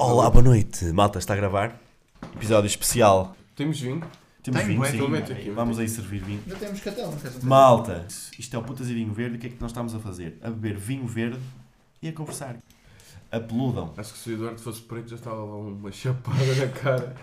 Olá, boa noite. Malta, está a gravar. Episódio especial. Temos vinho? Temos vinho, sim. Aqui. Vamos aí servir vinho. Já temos catela, não queres um Malta, isto é o Putas e Vinho Verde. O que é que nós estamos a fazer? A beber vinho verde e a conversar. Apeludam. Acho que se o Eduardo fosse preto já estava lá uma chapada na cara.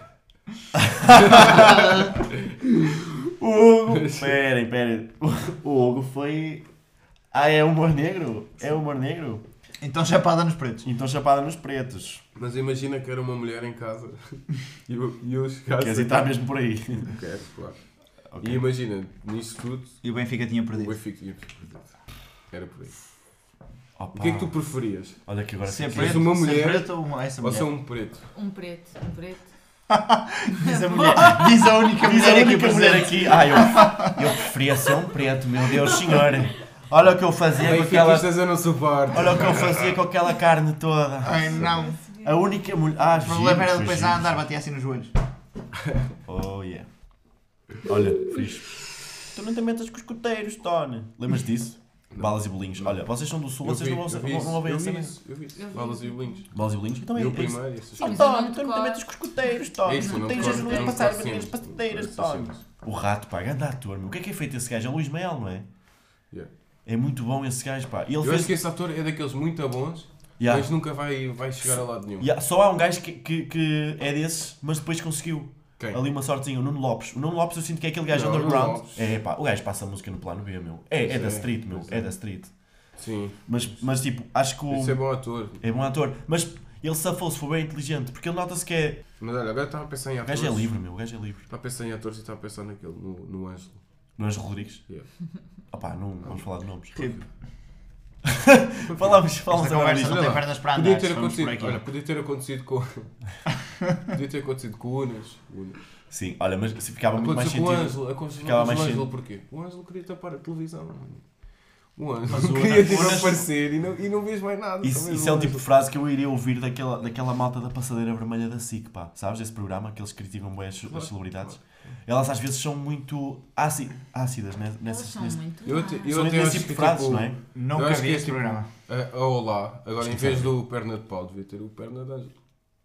Hugo! Esperem. O Hugo foi... é humor negro? É humor negro? Então chapada nos pretos. Então chapada nos pretos. Mas imagina que era uma mulher em casa e eu chegasse... Queres entrar mesmo por aí? Quero, claro. Okay. E imagina, nisso tudo, E o Benfica tinha o perdido. Benfica tinha perdido. Era por aí. Opa. O que é que tu preferias? Olha que agora Ser fiquei- preto, És uma ser mulher preto ou essa Ou mulher? ser um preto? Um preto. Diz a mulher. Diz a única Diz a mulher aqui única mulher presente. aqui. Eu preferia ser um preto, meu Deus senhor. Olha o que eu fazia com aquela... Benfiquistas eu não suporto. Olha o que eu fazia com aquela carne toda. Ai não. A única mulher... O problema era depois a andar, batia assim nos joelhos. Oh yeah. Olha, fixe. Tu não te metas com os coteiros, Tony. Lembras disso? Não. Balas e bolinhos. Olha, vocês são do sul, vocês não vão ouvir essa merda. Eu vi isso. Eu vi. Balas e bolinhos. Balas e bolinhos? Então é Eu isso. primeiro e essas Sim, Oh, mas coisas. eu Tony, não tu não te decoro. metas com os coteiros, Tony. É isso, eu Os não coteiros decoro, ajudam eu a não passar decoro as sempre. passadeiras, Essas Tony. cenas. O rato, pá, grande ator, meu. O que é feito esse gajo? É Luís Mel, não é? Yeah. É muito bom esse gajo, pá. E ele Eu fez... acho que esse ator é daqueles muito bons, Yeah. mas nunca vai chegar a lado nenhum. Yeah, só há um gajo que é desses, mas depois conseguiu. Quem? Ali uma sortezinha, o Nuno Lopes. O Nuno Lopes eu sinto que é aquele gajo Não, o Nuno underground. Lopes. É pá, o gajo passa a música no plano B, meu. É da Sim, street, meu. pois É é. da street. Sim. Mas tipo, acho que Isso é bom ator. é bom ator. Mas ele safou-se, foi bem inteligente. Porque ele nota-se que é... Mas olha, agora estava a pensar em O atores. gajo é livre, meu. O gajo é livre. Estava a pensar em atores e estava a pensar naquele, no Ângelo. Não és Rodrigues? Yeah. Opá, não vamos falar de nomes. Tipo, Falamos esta agora conversa disto. não Olha tem lá, pernas para Podia andar, ter se formos por acontecido, aqui. olha, podia ter acontecido com... podia ter acontecido com o Unas. Sim, olha, mas se ficava muito mais Aconteceu com o sentido. Ângelo. Aconteceu Ficava com o mais Ângelo sentido. porquê? O Ângelo queria tapar a televisão. O Mas Ângelo o queria Unas- aparecer e não vês mais nada. só Isso vês é o o tipo de Ângelo. frase que eu iria ouvir daquela malta da passadeira vermelha da SIC, pá. Sabes esse programa que eles criticam bem as celebridades? Elas às vezes são muito ácidas, né? Elas Nessas, são nesse, muito Eu más. até são acho nesse tipo que de frases, tipo, não é? Eu Nunca acho vi que é este tipo- programa. Olá, agora em Esqueci vez de do perna de pau, devia ter o perna de Ângelo.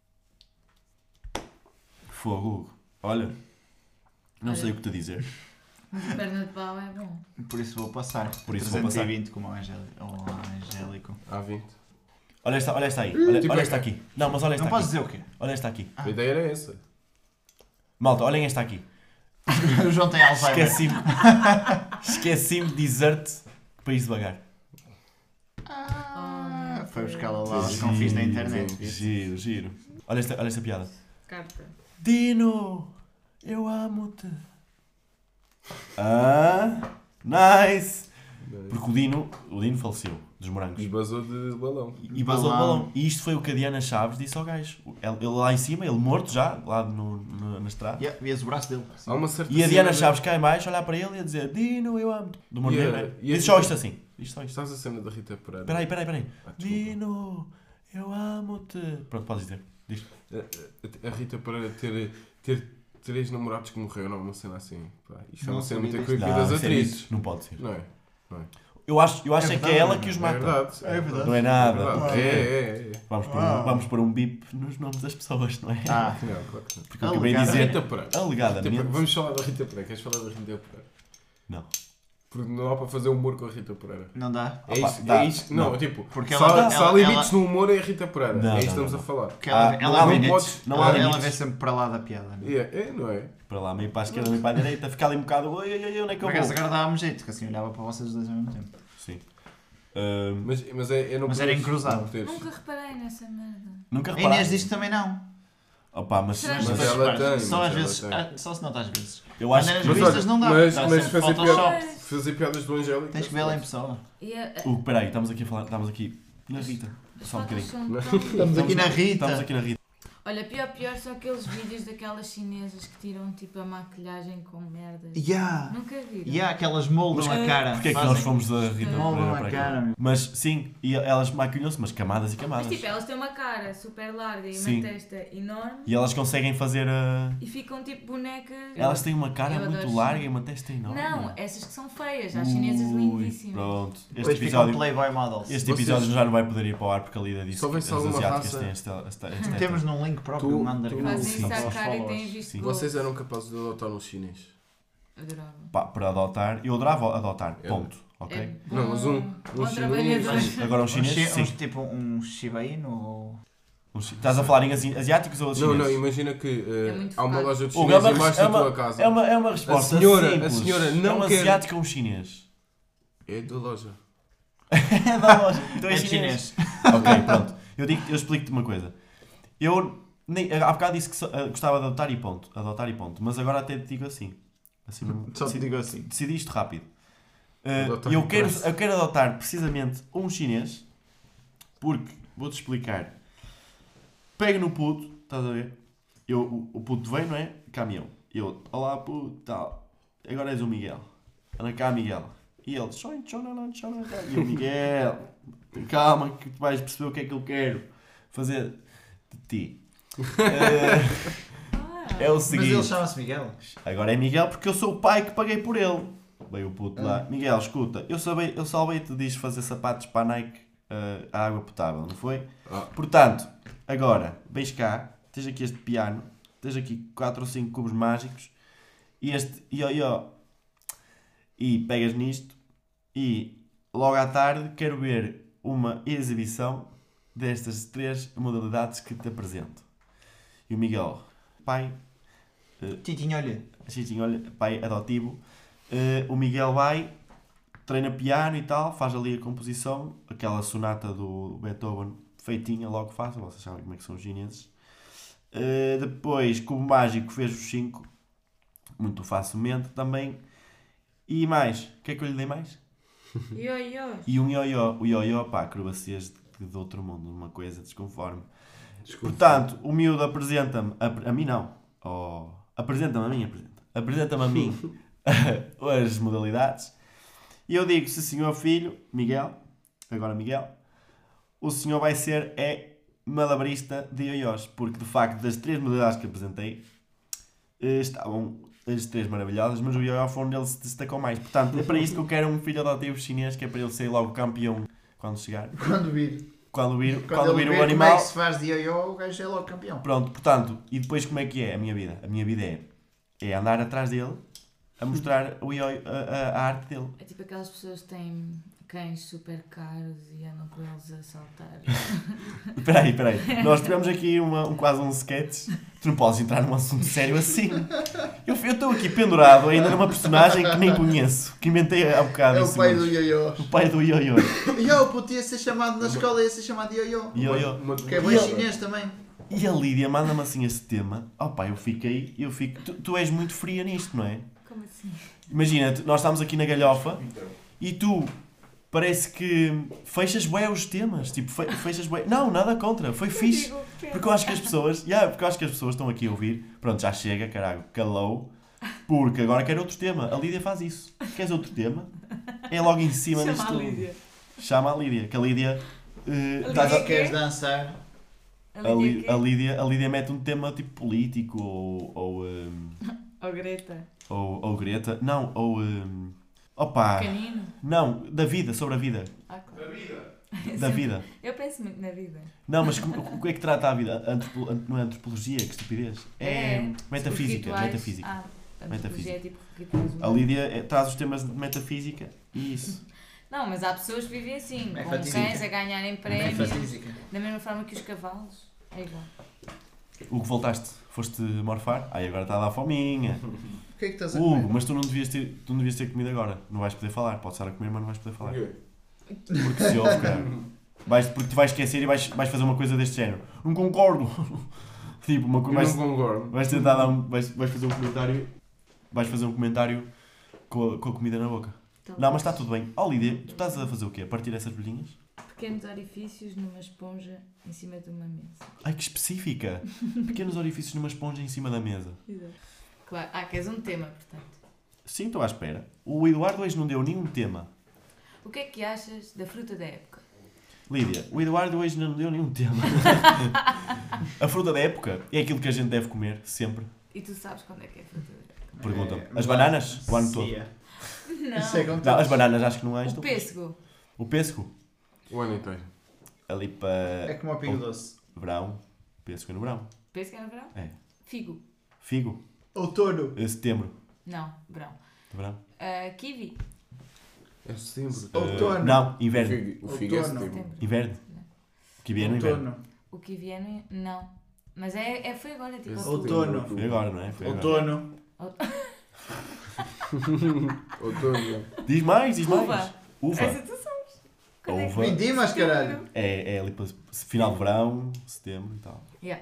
Fogo, Hugo. Olha, não Olha. sei o que te dizer. Mas o perna de pau é bom. Por isso vou passar. Por isso vou passar. 320 como o Angélico. Há 20. Olha esta aí, olha, Tipo olha é esta aqui. Não, mas olha esta Não podes aqui. dizer o quê? Olha esta aqui. A ideia era essa. Malta, olhem esta aqui. O João tem Alzheimer. Esqueci-me de dizer-te que país devagar. Foi buscá-la lá aos confins da internet. viste? Giro. Olha esta piada. Carta. Dino, eu amo-te. Nice. Porque o Dino faleceu dos morangos. E basou de balão. E vazou o balão. E isto foi o que a Diana Chaves disse ao gajo. Ele lá em cima, ele morto já, lá na estrada. Yeah, vias o braço dele. Há uma certa E a Diana cena Chaves cá em baixo, olhar para ele e a dizer Dino, eu amo-te. Do Monte E a- Negro, né? e a- Diz só isto assim. Diz só isto. Sabes a cena da Rita Pereira? Peraí. Ah, desculpa. Dino, eu amo-te. Pronto, podes dizer. Diz. A Rita Pereira ter 3 namorados que morreram, não, uma cena assim. Pá, isto é Não uma cena sabia muito disto. creepy das isso é atrizes. isso. Não pode ser. Não é? Eu acho é que verdade, é ela que os É mata. verdade. É verdade. Não é É nada. verdade. porque É. Vamos pôr um bip nos nomes das pessoas, não é? Não, claro que não. Porque eu acabei de Alegada. dizer Rita Pereira. alegadamente. Vamos falar da Rita Pereira. Queres falar da Rita Pereira? Não. Porque não dá para fazer humor com a Rita Pereira. Não dá. É Opa, isso, dá. é isto. Não, Não. tipo, Porque se ela- há ela- limites ela- no humor é a Rita Pereira. Não, É isto que não, estamos não. a falar. Porque ela, não há vê- limites. Não há ela limites. vê sempre para lá da piada. Né? Não é? Para lá, meio para a esquerda, meio para a direita, ficar ali um bocado. Oi, onde é que Por eu acaso vou? agora dava-me jeito, que assim olhava para vocês dois ao mesmo tempo. Sim. Mas é não Mas era poderes- encruzado. não poderes. Nunca reparei nessa merda. Nunca A reparaste? Inês diz que também não. Opa, mas Será? Mas depois ela reparas. tem, Só mas às ela vezes. tem. Só se nota às vezes. eu acho Mas que. nas revistas não dá. Mas Dá fazer sempre Photoshop. piadas do Angélico. Tens que vê-la em pessoa. E a, Hugo, peraí, estamos aqui na Rita. Só um bocadinho. Estamos Estamos aqui na Rita. Estamos aqui na Rita. Olha, pior são aqueles vídeos daquelas chinesas que tiram tipo a maquilhagem com merdas. Yeah. Nunca viram? Yeah, aquelas moldam a cara. Porque é que fazem- nós fomos da Rita Moldam Pereira a para cara, aqui? meu. Mas sim, e elas maquilham-se, mas camadas e Mas camadas. tipo, elas têm uma cara super larga e Sim. uma testa enorme E elas conseguem fazer a... e ficam tipo bonecas. Elas têm uma cara Eu muito adoro larga China. e uma testa enorme. Não, essas que são feias, há chinesas Ui, lindíssimas. Pronto. Depois Este ficam episódio, Playboy Models. este episódio já não vai poder ir para o ar porque a Lida disse Se que houvesse as alguma asiáticas raça- têm esta Temos num link próprio, Tu- manda tu- Fazem Sim, isso à sim. cara e têm visto Sim. gols. Vocês eram capazes de adotar um chinês? Adorava. Para adotar, eu adorava adotar, É. ponto, ok? É Não, mas um bom chinês. trabalhador. Agora um chinês, sim. tipo um Shiba Inu ou... Estás a falar em asiáticos ou Não, chineses? não, imagina que muito há uma focado. loja de Hugo, chineses embaixo da tua é casa. uma resposta A senhora simples. não é um quer- asiático ou um chinês? É da loja. É da loja. Então É chinês. Ok, pronto. Eu explico-te uma coisa. Eu há bocado disse que gostava de adotar e ponto. Adotar e ponto. Mas agora até te digo assim. Mesmo, Só te digo assim. decidi isto rápido. Adotar Eu e quero, parece. eu quero adotar precisamente um chinês porque, vou-te explicar. Pego no puto, estás a ver? O puto vem, não é? Caminhão. Eu, olá puto, tal. Agora és o Miguel. Anda cá, Miguel. E ele, e o Miguel, calma que tu vais perceber o que é que eu quero fazer de ti. É o Mas seguinte. ele chama-se Miguel. Agora é Miguel porque eu sou o pai que paguei por ele. Veio o puto lá. Miguel, escuta, eu salvei-te de fazer sapatos para a Nike à água potável, não foi? Ah. Portanto, agora, veis cá, tens aqui este piano, tens aqui 4 ou 5 cubos mágicos e este ioió. E pegas nisto e logo à tarde quero ver uma exibição destas 3 modalidades que te apresento. E o Miguel, pai, Titinho, olha. Chitinho, olha, pai adotivo, o Miguel vai, treina piano e tal, faz ali a composição, aquela sonata do Beethoven feitinha, logo fácil, vocês sabem como é que são os chineses. Depois, cubo mágico, fez os 5, muito facilmente também. E mais, o que é que eu lhe dei mais? Ioiô. E um ioió, o ioió, pá, acrobacias de outro mundo, uma coisa desconforme. Desculpa. Portanto, o miúdo apresenta-me, a mim não, apresenta-me a mim, apresenta-me a mim as modalidades e eu digo, se senhor filho, Miguel, agora Miguel, o senhor vai ser malabarista de ioiós, porque de facto das 3 modalidades que apresentei estavam as 3 maravilhosas, mas o ioió foi onde ele se destacou mais. Portanto, é para isto que eu quero um filho adotivo chinês, que é para ele ser logo campeão quando chegar. Quando vir. Quando vir ele o vê como é animal. que se faz de ioiô, o gajo é logo campeão. Pronto, portanto, e depois como é que é a minha vida? A minha vida é andar atrás dele a mostrar a arte dele. É tipo aquelas pessoas que têm cães super caros e andam com eles a saltar. Espera aí. Nós tivemos aqui quase um sketch. Tu não podes entrar num assunto sério assim. Eu estou aqui pendurado ainda numa personagem que nem conheço, que inventei há bocado. É em o pai do segundos. ioiô. O pai do ioiô. Ioiô, puto, ia ser chamado na escola, ia ser chamado de ioiô. Ioiô. Que é bem E ele- chinês também. E a Lídia manda-me assim este tema. Oh pá, eu fico. Tu és muito fria nisto, não é? Como assim? Imagina, nós estamos aqui na galhofa e tu parece que fechas bué os temas. Tipo, fechas bué. Não, nada contra. Foi fixe. Porque eu acho que as pessoas. Porque eu acho que as pessoas estão aqui a ouvir. Pronto, já chega, caralho, calou. Porque agora quero outro tema. A Lídia faz isso. Queres outro tema? É logo em cima Chama disto a tudo. Lídia. Chama a Lídia. Que a Lídia. Lídia Se quê? queres dançar, A Lídia mete um tema tipo político ou Greta. Greta. Não, opa. Pequenino. Não, da vida, sobre a vida. Ah, claro. Da vida. Eu penso muito na vida. Não, mas o que é que trata a vida? Não é antropologia, que estupidez. É metafísica. Rituais. Metafísica. A Metafísica. antropologia é tipo rituais A humanos. Lídia traz os temas de metafísica e isso. Não, mas há pessoas que vivem assim, com Metafísica. cães a ganharem é prémios, física. da mesma forma que os cavalos. É igual. Hugo, voltaste? Foste morfar? Ai, agora está a dar fominha. O que é que estás a Hugo, comer? mas tu não devias ter comido agora. Não vais poder falar. Podes estar a comer, mas não vais poder falar. Porque se ouve, cara. Porque tu vais esquecer e vais fazer uma coisa deste género. Não concordo. Tipo, uma Eu coisa. não concordo. Vais tentar dar vais fazer um comentário. Vais fazer um comentário com a comida na boca. Então, Não, mas está tudo bem. Oh, Lídia, tu estás a fazer o quê? A partir dessas bolinhas? Pequenos orifícios numa esponja em cima de uma mesa. Ai, que específica! Pequenos orifícios numa esponja em cima da mesa. Exato. Claro. Queres um tema, portanto. Sim, estou à espera. O Eduardo hoje não deu nenhum tema. O que é que achas da fruta da época? Lídia, o Eduardo hoje não deu nenhum tema. A fruta da época é aquilo que a gente deve comer, sempre. E tu sabes quando é que é a fruta da época? Perguntam. As bananas? O ano todo. Isso é Não. com Não, as todos. bananas acho que não há. O pêssego. O pêssego? O ano inteiro. Ali É para como o pingo doce. verão. Pêssego é no verão. Pêssego é no verão? É. Figo. Figo. Outono. É setembro. Não, verão. De verão. Kiwi. É setembro. Outono. Não, inverno. O figo é Outono. setembro. Setembro. Inverno. Que vier no inverno. Outono. O kiwi é no... Não. Mas foi agora, tipo... Esse outubro. Outono. Foi agora, não é? Foi agora. Outono. Outono. Diz mais, diz mais. Uva. Uva. Essa tu sabes. Quando é que Uva. Vindimas, caralho. É ali para final de verão, setembro e tal. Yeah.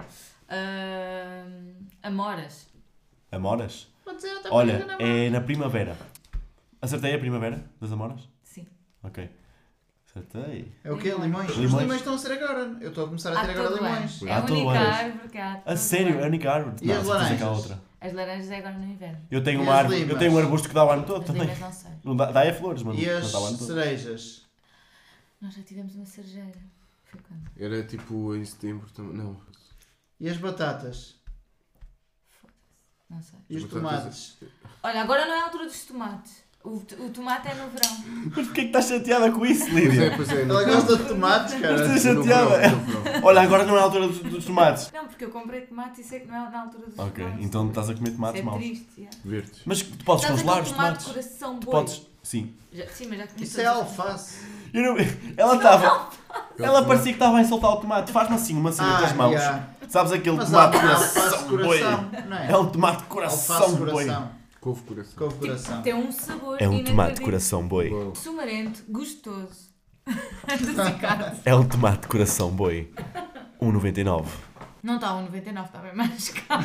Amoras. Amoras? Pode ser outra Olha, coisa, não é na primavera. Acertei a primavera das amoras? Sim. Ok. Acertei. É o quê? Limões? Os Limões. limões estão a ser agora. Eu estou a começar a ter agora todo ano. limões. É Há a todo única ano. árvore que há. A todo sério, é ano. a única árvore. E Não, as se fizer aquela laranjas? outra. As laranjas é agora no inverno. Eu tenho E uma as árvore, eu limas? tenho um arbusto que dá o ano todo As também. limas não sei. Não dá é flores, mas E não as dá o ano todo. cerejas? Nós já tivemos uma cerejeira. Foi quando? Era tipo em setembro também. Não. E as batatas? Não sei. E os Batatas- tomates? Olha, agora não é a altura dos tomates. O tomate é no verão. Mas porquê que estás chateada com isso, Pois é, Lídia? pois é. Ela gosta de tomates, Mas cara. tens- chateada. Olha, agora não é a altura dos tomates. Não, porque eu comprei tomate e sei que não é na altura dos Ok, tomates. então estás a comer tomates Isso é maus. triste, yeah. Verdes. Mas tu podes Sabes congelar aquele os tomate tomates. coração Tu boi? podes. Sim. Sim, mas já comi Isso é todos os alface. Eu não- Ela estava. Ela parecia que estava a soltar o tomate. Faz-me assim uma cena com as mãos. yeah. Sabes aquele Mas tomate há coração alface boi? coração, não é? É um tomate Alface coração boi. coração. Couve coração. Couve coração. Tem um sabor É um tomate inacreditável. coração boi. Bom. Sumarento, gostoso. Adocicado. É um tomate coração boi. 1,99. Não está a 1,99, está bem mais caro.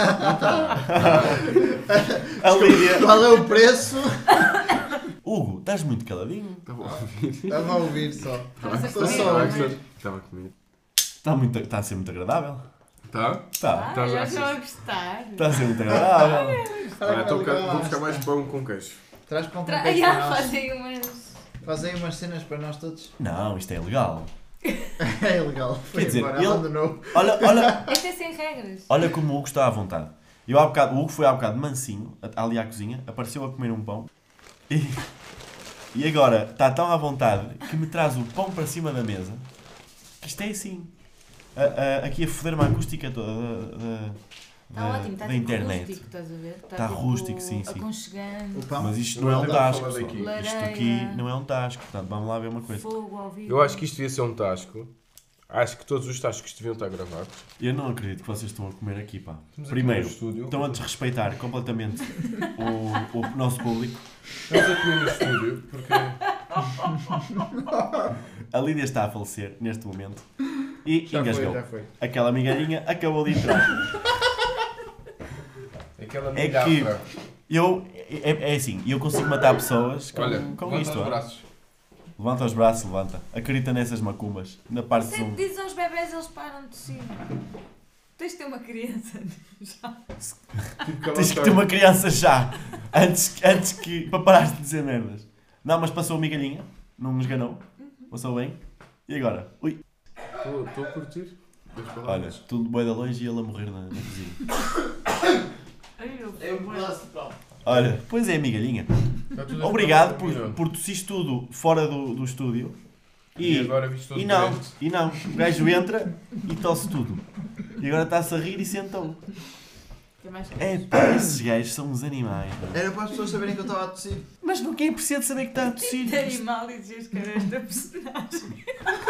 A Lídia. Qual é o preço? Hugo, estás muito caladinho. Estava a ouvir. Estava a ouvir só. Estás a Estou comer, só a não é? ouvir. Estava a comer. Está a ser muito agradável. Tá? Está. Ah, Tá, já já estou a gostar. Está a ser muito agradável. Olha, então Olha, vou buscar mais pão com queijo. Traz pão com Ai, queijo para ah, nós. fazem umas... Fazem umas cenas para nós todos. Não, isto é ilegal. É ilegal. Foi Quer dizer, embora, ele- abandonou. Olha, Este é sem regras. olha como o Hugo está à vontade. Eu há bocado, o Hugo foi há bocado mansinho, ali à cozinha, apareceu a comer um pão e agora está tão à vontade que me traz o pão para cima da mesa. Que isto é assim. Aqui a foder-me a acústica toda Está ótimo, está da tipo internet. rústico, estás a ver? Está tipo rústico, sim, sim. aconchegante, O pão. Mas isto Não não é um dá para tasco, falar pessoal. daqui. Isto aqui não é um tasco, portanto vamos lá ver uma coisa. fogo ao vivo. Eu acho que isto devia ser um tasco. Acho que todos os tascos deviam estar gravados. Eu não acredito que vocês estão a comer aqui, pá. Estamos aqui Primeiro, no estúdio. estão a desrespeitar completamente o nosso público. Estamos a comer no estúdio porque. A Lídia está a falecer neste momento e Já engasgou. foi, já foi. Aquela migalhinha acabou de entrar. Aquela É milhafra. É assim, eu consigo matar pessoas com, Olha, com levanta isto. os ó. braços. Levanta os braços, levanta. Acredita nessas macumbas. Na parte Sempre zoom. dizes aos bebés, eles param de tossir. Tens de ter uma criança. Já. Tens que ter uma criança já. Antes que. Para parares de dizer merdas. Não, mas passou a migalhinha. Não me esganou. Passou bem. E agora? Ui. Estou a curtir. as Olha, palavras. tudo boi de longe e ele a morrer na cozinha. É um pedaço de pão. Olha, pois é, migalhinha. Está tudo a Obrigado ficar comigo. por tossir tudo fora do estúdio. E agora viste todo doente. E não, o gajo entra e tosse tudo. E agora está-se a rir e sentou. Tem mais É pá, esses gajos são uns animais. pá. Era para as pessoas saberem que eu estava a tossir. Mas não quem precisa de saber que está a tossir? de animal e dizias que era esta personagem.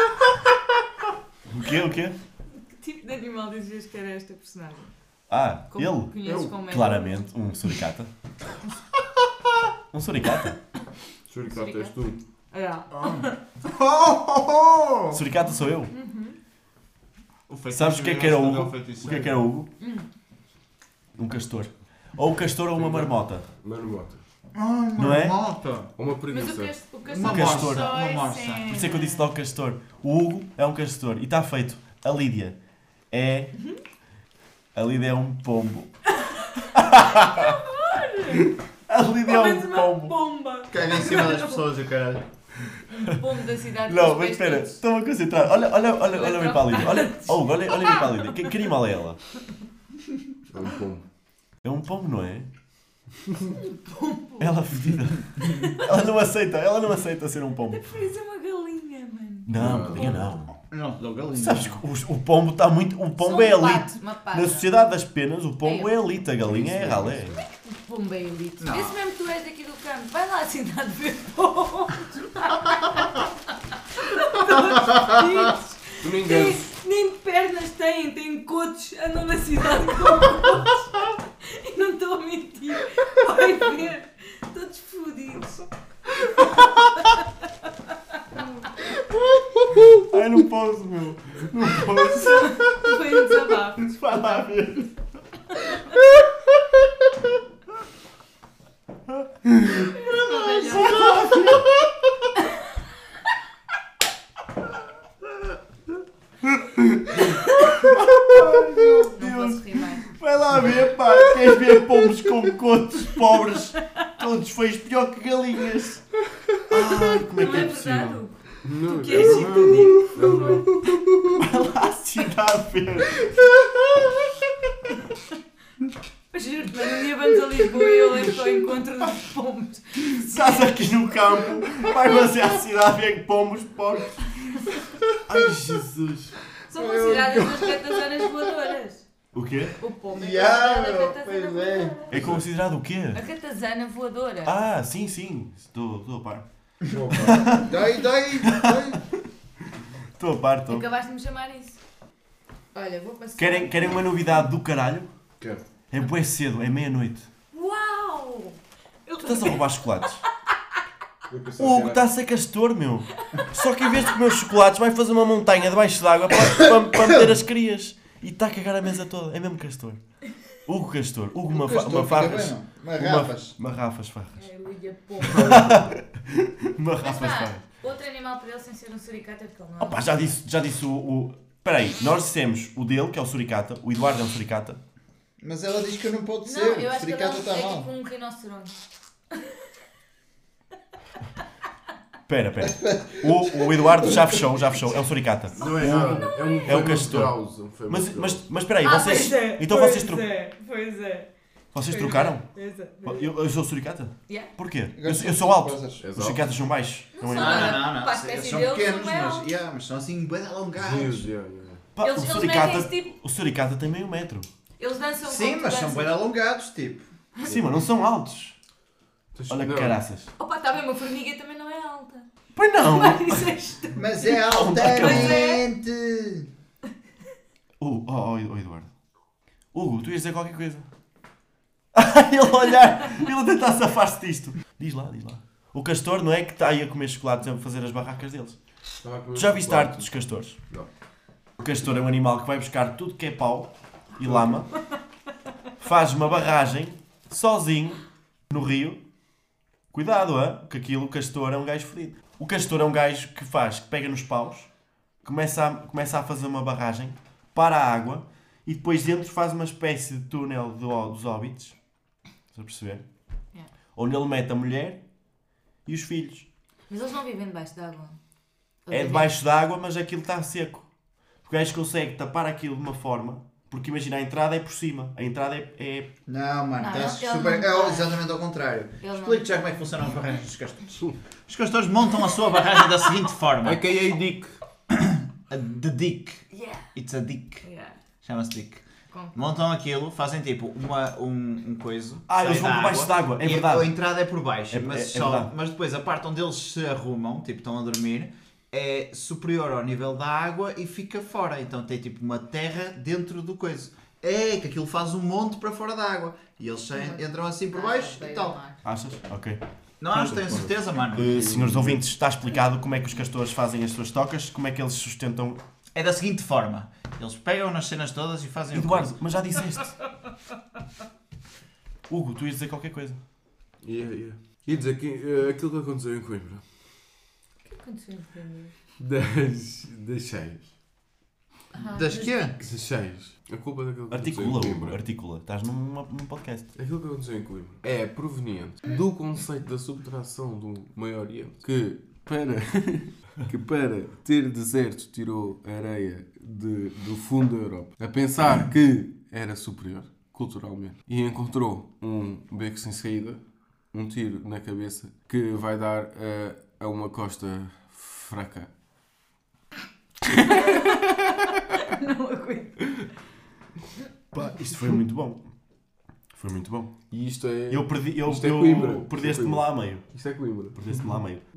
O quê? O quê? Que tipo de animal dizias que era esta personagem? Ah, Como ele? conheces como é? Claramente, um suricata. Um suricata? Suricata és tu. Ah, Suricata sou eu. O feitiço Sabes o que é que era virou-se Hugo? para o feitiço. O que é que era Hugo? Um castor. Ou um castor ou uma marmota. Marmota. Ai, Não é? marmota. Uma Mas preguiça. o Uma castor morsa, só é uma morsa. sempre. Por isso é que eu disse logo castor. O Hugo é um castor. E está feito. A Lídia é... A Lídia é um pombo. A Lídia é um uma pombo. bomba. Caga em cima das pessoas, o caralho. Um pombo da cidade. Não, dos mas espera. pés Estou-me a concentrar. Olha bem para a Lídia. Olha bem para a Lídia. Que animal é ela? É um pombo. É um pombo, não é? Ela fedida. Ela não aceita ser um pombo. todos. Parece uma galinha, mano. Não, galinha não. Não, dou galinha. Sabes que o pombo está muito... O pombo Só é um elite. pato, uma pata. Na sociedade das penas, o pombo é elite. A galinha é ralé. O pombo é elite. Não. Esse mesmo que tu és daqui do campo. Vai lá à cidade ver pombos. Tu me enganas. Nem pernas têm cotos, andam na cidade com cotos. E não estou a mentir. Vai ver. Todos fodidos. Ai, não posso, meu. Não posso. Foi um desabafo. Vai lá ver. Não posso rir mais. Vai lá ver, pá. Queres ver pombos com cotos pobres? Todos feios pior que galinhas. Ai, como é Não que é é verdade, possível? Hugo? Não, Tu queres ir comigo, por favor. Vai lá à cidade ver. Juro-te, mano, um dia vamos a Lisboa e eu levo ao encontro dos pombos. Estás aqui no campo. Vai você à cidade ver pombos pobres. Ai, Jesus. São consideradas as ratazanas voadoras. O quê? O pombo é Yeah, considerado a ratazana pois é. voadora. É considerado o quê? A ratazana voadora. Ah, sim. Estou a par. Dai. Estou a par, estou. Acabaste de me chamar isso. Olha, vou passar. Querem uma novidade do caralho? Quero. É bué cedo, é meia-noite. Uau! Eu Tu estás a roubar chocolates? Eu O pensava Hugo que está a ser castor, meu. Só que em vez de comer os chocolates, vai fazer uma montanha debaixo d'água para meter as crias. E está a cagar a mesa toda. É mesmo castor. Hugo Castor. Hugo Mafarras. Marrafas farras. É, Lídia Pombo. Mas Marrafas pá, farras. outro animal para ele sem ser um suricata, porque ele não é. Opa, já disse o... Espera aí, nós dissemos o dele, que é o suricata. O Eduardo é um suricata. Mas ela diz que não pode Não, ser. eu O acho que ele é suricata está mal. tipo um rinoceronte. Espera. O Eduardo já fechou. É um suricata. não é nada. É um castor. Mas espera aí, vocês... Então vocês Pois é. Vocês trocaram? Pois é. Eu sou suricata? Yeah. Porquê? Eu sou alto. Coisas. Os suricatas são baixos. Não é? são. Não. Para a espécie Eles são deles, pequenos, não é mas, alto. mas são assim bem alongados. Pá, Eles metem-se, tipo- o suricata tem meio metro. Eles dançam Sim, como mas tu são danças. bem alongados, tipo. Sim, mas não são altos. Olha que caraças. Opa, está bem, uma formiga também não é alta. Pois não! Mas isso é estúpido. Mas é altamente! Oh, Eduardo. Hugo, tu ias dizer qualquer coisa. Ele a olhar, ele a tentar safar-se disto. Diz lá. O castor não é que está aí a comer chocolates a fazer as barracas deles. Tu já viste a arte dos castores? Não. O castor é um animal que vai buscar tudo que é pau e lama, faz uma barragem sozinho no rio. Cuidado, que aquilo, o castor é um gajo fedido. O castor é um gajo que pega nos paus, começa a fazer uma barragem, para a água e depois dentro faz uma espécie de túnel dos hobbits. Estás a perceber? Yeah. Onde ele mete a mulher e os filhos. Mas eles não vivem debaixo d'água. É debaixo d'água, mas aquilo está seco. O gajo consegue tapar aquilo de uma forma, porque imagina, a entrada é por cima. A entrada é... Não, mano, Não, tens ele super... não É faz. exatamente ao contrário. Ele não. Explico já como é que funcionam as barragens dos castores. Os castores montam a sua barragem da seguinte forma. A.K.A. Dick. The Dick. Yeah. It's a Dick. Yeah. Chama-se Dick. Com- Montam aquilo, fazem tipo um coiso. eles sai vão da por baixo água, d'água, é e verdade. A entrada é por baixo, É mas verdade. mas depois a parte onde eles se arrumam, tipo estão a dormir, é superior ao nível da água e fica fora. Então tem tipo uma terra dentro do coiso. É que aquilo faz um monte para fora da água. E eles entram assim por baixo e tal. Achas? Ok. Não acho, tenho certeza, mano. Senhores ouvintes, está explicado como é que os castores fazem as suas tocas, como é que eles sustentam... É da seguinte forma. Eles pegam nas cenas todas e fazem o Eduardo, coiso. mas já disseste. Hugo, tu ias dizer qualquer coisa. E dizer que aquilo que aconteceu em Coimbra. O que aconteceu em Coimbra? Das cheias. Das quê? Das cheias. A culpa daquilo que aconteceu em Coimbra. Articula. Estás num podcast. Aquilo que aconteceu em Coimbra é proveniente do conceito da subtração do Meio Oriente que para ter desertos tirou areia do fundo da Europa a pensar que era superior culturalmente e encontrou um beco sem saída, um tiro na cabeça que vai dar a uma costa fraca. Não aguento. Pá, isto foi muito bom. Foi muito bom. E isto é... Eu Isto é Coimbra. Perdeste-me lá a meio. Isto é Coimbra. Perdeste-me lá a meio.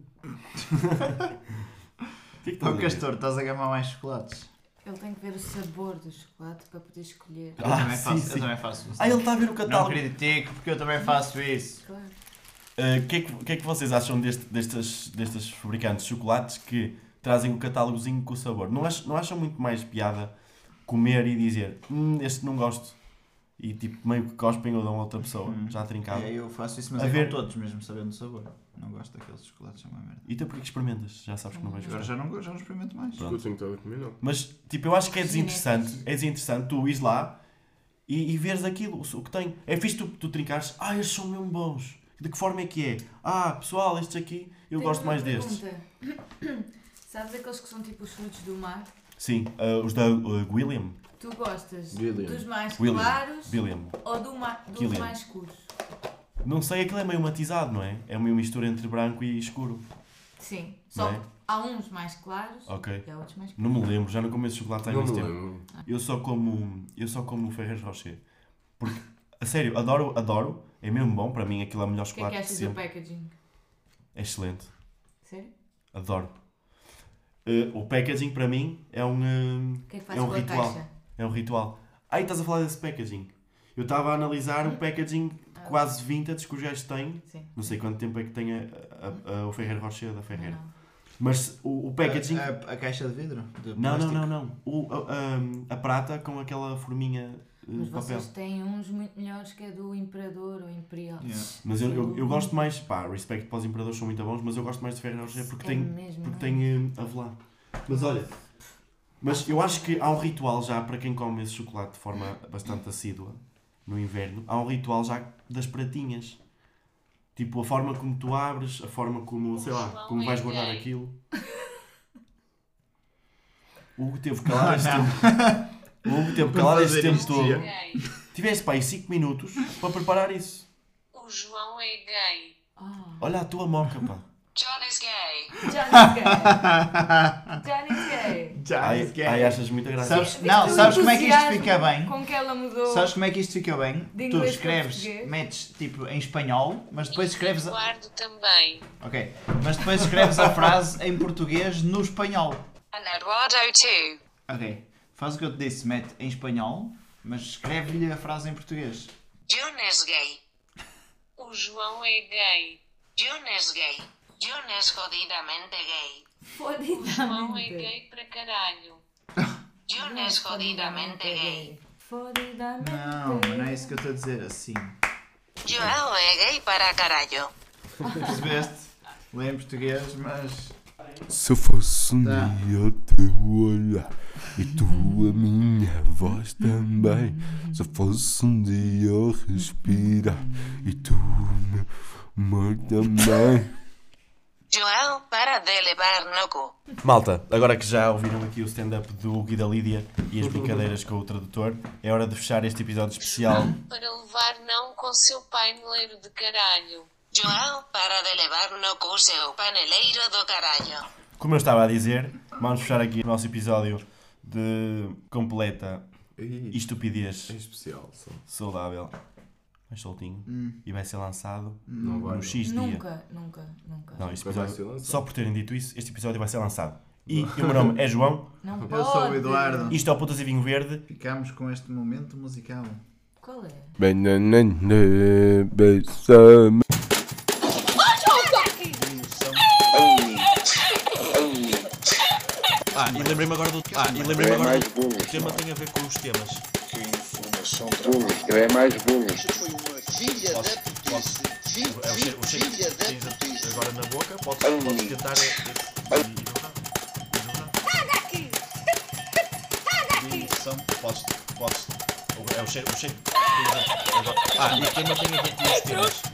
O que é que estás a Ó ver? Castor, estás a gamar mais chocolates? Ele tem que ver o sabor do chocolate para poder escolher. Eu também sim, faço, sim. eu também faço isso. Ah, ele está a ver o Não catálogo. critico porque eu também faço isso. Claro. O que é que vocês acham destes fabricantes de chocolates que trazem o catálogozinho com o sabor? Não acham muito mais piada comer e dizer este não gosto e tipo meio que cospem ou dão a outra pessoa já trincado? É, eu faço isso, mas A é ver- com todos, mesmo sabendo o sabor. Não gosto daqueles chocolates, é uma merda. E tu porque experimentas? Já sabes que não vais Agora gostar. já não experimento mais. Pronto. Eu tenho estado a comer, não. Mas tipo, eu acho que é desinteressante tu ires lá e veres aquilo, o que tem. É fixe tu trincares, estes são mesmo bons. De que forma é que é? Pessoal, estes aqui, eu Tenho gosto uma mais destes. pergunta. Sabes aqueles que são tipo os frutos do mar? Sim, os da William. Tu gostas William. dos mais William. claros William. ou dos Killian. mais escuros? Não sei, aquilo é meio matizado, não é? É uma mistura entre branco e escuro. Sim. Não Só é? há uns mais claros Ok. e há outros mais Não me lembro, já não como esse chocolate há Não muito me tempo. lembro. Eu só como o Ferrero Rocher. Porque, a sério, adoro. É mesmo bom, para mim aquilo é o melhor O que é que chocolate de achas do sempre. packaging? É excelente. Sério? Adoro. O packaging para mim é um O que é que fazes um com a ritual. caixa? É um ritual. Estás a falar desse packaging. Eu estava a analisar o packaging quase vintage que os gajos têm. Sim. Não sei quanto tempo é que tem o Ferrero Rocher da Ferrero. Não. Mas o packaging... A caixa de vidro? De Não. plástico? A prata com aquela forminha de Mas papel. vocês têm uns muito melhores que é do Imperador ou Imperial. Yeah. Mas eu gosto mais... Respeito para os imperadores, são muito bons, mas eu gosto mais de Ferrero Rocher porque tem mesmo, tem avelã. Mas olha... Mas eu acho que há um ritual já para quem come esse chocolate de forma bastante assídua no inverno. Há um ritual já das pratinhas. Tipo, a forma como tu abres, a forma como, sei lá, como vais guardar aquilo. O Hugo teve calado este tempo. O Hugo teve calado este tempo todo. Tiveste para aí 5 minutos para preparar isso. O João é gay. Olha a tua moca, pá. John is gay. Johnny's gay. Johnny's gay. Ai, achas muita graça. Sabes como é que isto fica bem? Com que ela mudou. Sabes como é que isto fica bem? De Tu inglês para escreves, português. metes tipo em espanhol, mas depois escreves Eduardo também. Ok, mas depois escreves a frase em português no espanhol. And Eduardo too. Ok, faz o que eu te disse, mete em espanhol, mas escreve-lhe a frase em português. John is gay. O João é gay. John is gay. John é fodidamente gay. O João é Fodidamente. gay para caralho. John é fodidamente gay. Fodidamente. Não, mas não é isso que eu estou a dizer, assim. João é gay para caralho. Percebeste? Lê em português, mas... Se eu fosse Tá. dia o teu olhar e tu a minha voz também. Se eu fosse dia eu respirar e tu o meu amor também. João, para de levar no cu. Malta, agora que já ouviram aqui o stand-up do Hugo e da Lídia e as brincadeiras com o tradutor, é hora de fechar este episódio especial. Para levar não com seu paineleiro de caralho. João, para de levar no cu seu paneleiro do caralho. Como eu estava a dizer, vamos fechar aqui o nosso episódio de completa estupidez É especial só. saudável, mais soltinho, e vai ser lançado Não vai. no X dia. Nunca. Não, este Nunca vai episódio, ser lançado. só por terem dito isso, este episódio vai ser lançado. E o meu nome é João, Não pode. Eu sou o Eduardo. isto é o Putas e Vinho Verde. Ficamos com este momento musical. Qual é? Banana, beijame. E lembrei-me agora do o tema tem a ver com os temas. Que informação. É mais burro. Foi uma filha da putice. É o cheiro que tens agora na boca, podes tentar. Podes. É o cheiro que tens agora. E quem não tem aqui os temas.